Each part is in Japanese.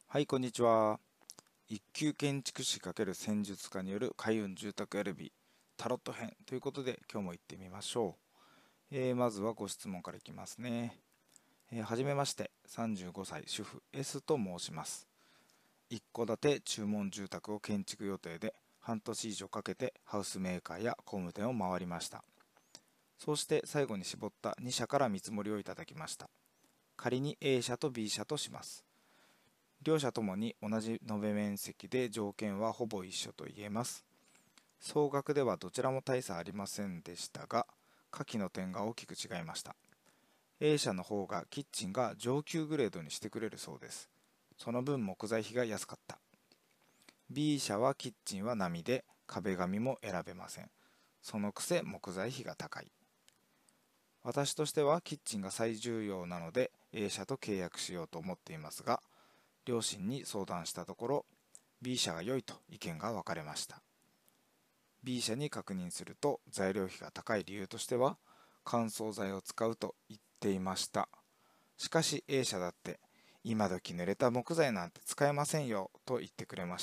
はい、こんにちは。一級建築士×戦術家による開運住宅選びタロット編ということで今日も行ってみましょう。まずはご質問からいきますね。はじめまして、35歳主婦 S と申します。一戸建て注文住宅を建築予定で半年以上かけてハウスメーカーや工務店を回りました。そうして最後に絞った2社から見積もりをいただきました。仮に A 社と B 社とします。両者ともに同じ延べ面積で条件はほぼ一緒と言えます。総額ではどちらも大差ありませんでしたが、下記の点が大きく違いました。A 社の方がキッチンが上級グレードにしてくれるそうです。その分木材費が安かった。B 社はキッチンは並で壁紙も選べません。そのくせ木材費が高い。私としてはキッチンが最重要なので A 社と契約しようと思っていますが、両親に相談したところ B 社が良いと意見が分かれました。 B 社に確認すると材料費が高い理由としては乾燥剤を使うと言っていました。しかし A 社だって今時濡れた木材なんて使えませんよと言ってくれました。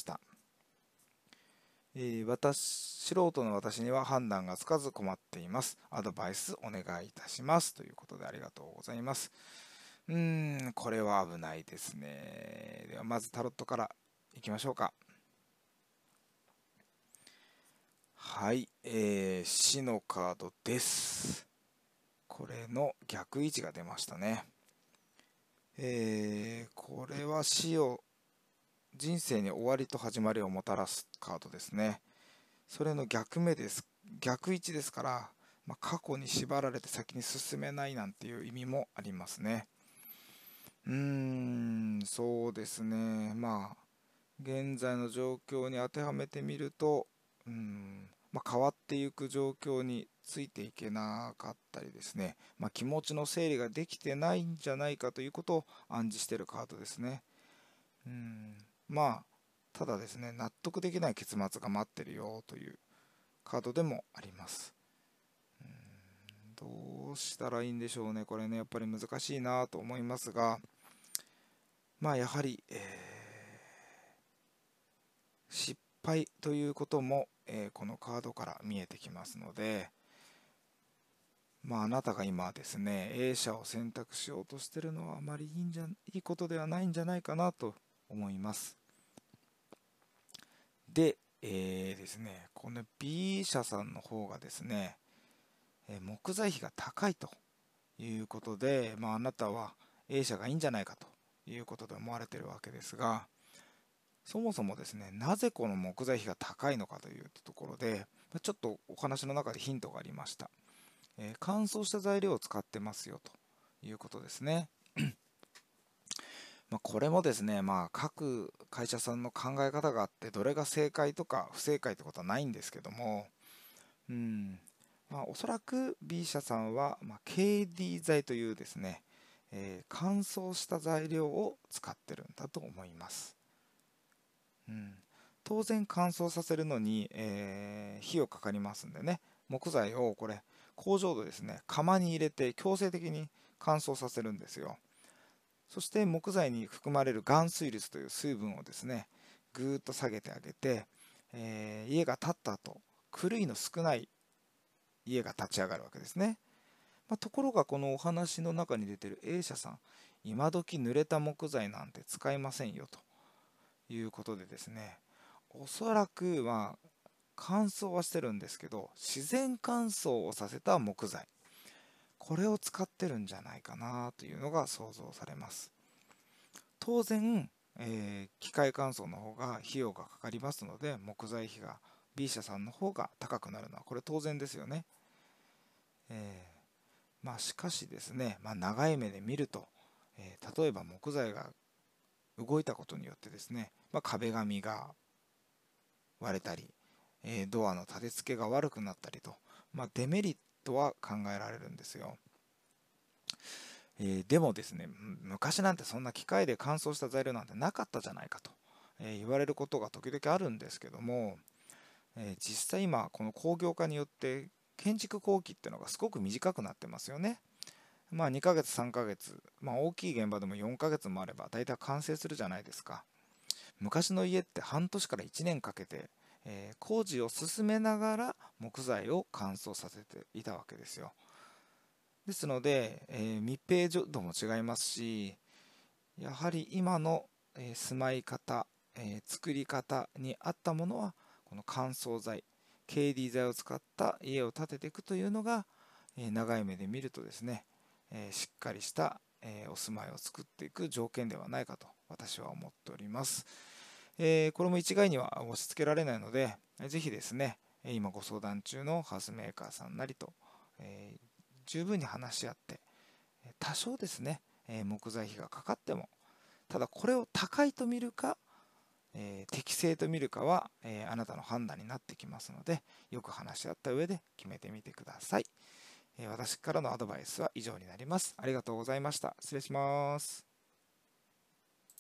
素人の私には判断がつかず困っています。アドバイスお願いいたしますということでありがとうございます。これは危ないですね。ではまずタロットからいきましょうか。はい、死のカードです。これの逆位置が出ましたね。これは死を人生に終わりと始まりをもたらすカードですね。それの逆目です。逆位置ですから、過去に縛られて先に進めないなんていう意味もありますね。そうですね。現在の状況に当てはめてみると、変わっていく状況についていけなかったりですね、気持ちの整理ができてないんじゃないかということを暗示しているカードですね。うん、ただですね、納得できない結末が待ってるよというカードでもあります。どうしたらいいんでしょうね、これね、やっぱり難しいなと思いますが、やはり、失敗ということも、このカードから見えてきますので、あなたが今ですね、A 社を選択しようとしてるのはあまりいいことではないんじゃないかなと思います。で、ですね、この B 社さんの方がですね、木材費が高いということで、あなたは A 社がいいんじゃないかということで思われているわけですが、そもそもですね、なぜこの木材費が高いのかというところで、ちょっとお話の中でヒントがありました。乾燥した材料を使ってますよということですね。これもですね、各会社さんの考え方があって、どれが正解とか不正解ってことはないんですけども、おそらく B 社さんは、KD 材というですね、乾燥した材料を使ってるんだと思います。当然乾燥させるのに、費用かかりますんでね、木材をこれ工場でですね窯に入れて強制的に乾燥させるんですよ。そして木材に含まれる含水率という水分をですねぐーっと下げてあげて、家が建った後狂いの少ない家が立ち上がるわけですね。ところがこのお話の中に出てる A 社さん、今時濡れた木材なんて使いませんよということでですね、おそらく乾燥はしてるんですけど自然乾燥をさせた木材、これを使ってるんじゃないかなというのが想像されます。当然、機械乾燥の方が費用がかかりますので木材費が B 社さんの方が高くなるのはこれ当然ですよね。しかしですね、長い目で見ると、例えば木材が動いたことによってですね、壁紙が割れたり、ドアの立て付けが悪くなったりと、デメリットは考えられるんですよ。でもですね、昔なんてそんな機械で乾燥した材料なんてなかったじゃないかと、言われることが時々あるんですけども、実際今この工業化によって建築工期っていうのがすごく短くなってますよね。2ヶ月3ヶ月、大きい現場でも4ヶ月もあれば大体完成するじゃないですか。 昔の家って半年から1年かけて、工事を進めながら木材を乾燥させていたわけですよ。ですので、密閉度も違いますし、やはり今の、住まい方、作り方に合ったものはこの乾燥材、KD 材を使った家を建てていくというのが、長い目で見るとですね、しっかりした、お住まいを作っていく条件ではないかと私は思っております。これも一概には押し付けられないので、ぜひですね、今ご相談中のハウスメーカーさんなりと、十分に話し合って、多少ですね、木材費がかかっても、ただこれを高いと見るか、適正と見るかは、あなたの判断になってきますので、よく話し合った上で決めてみてください。私からのアドバイスは以上になります。ありがとうございました。失礼します。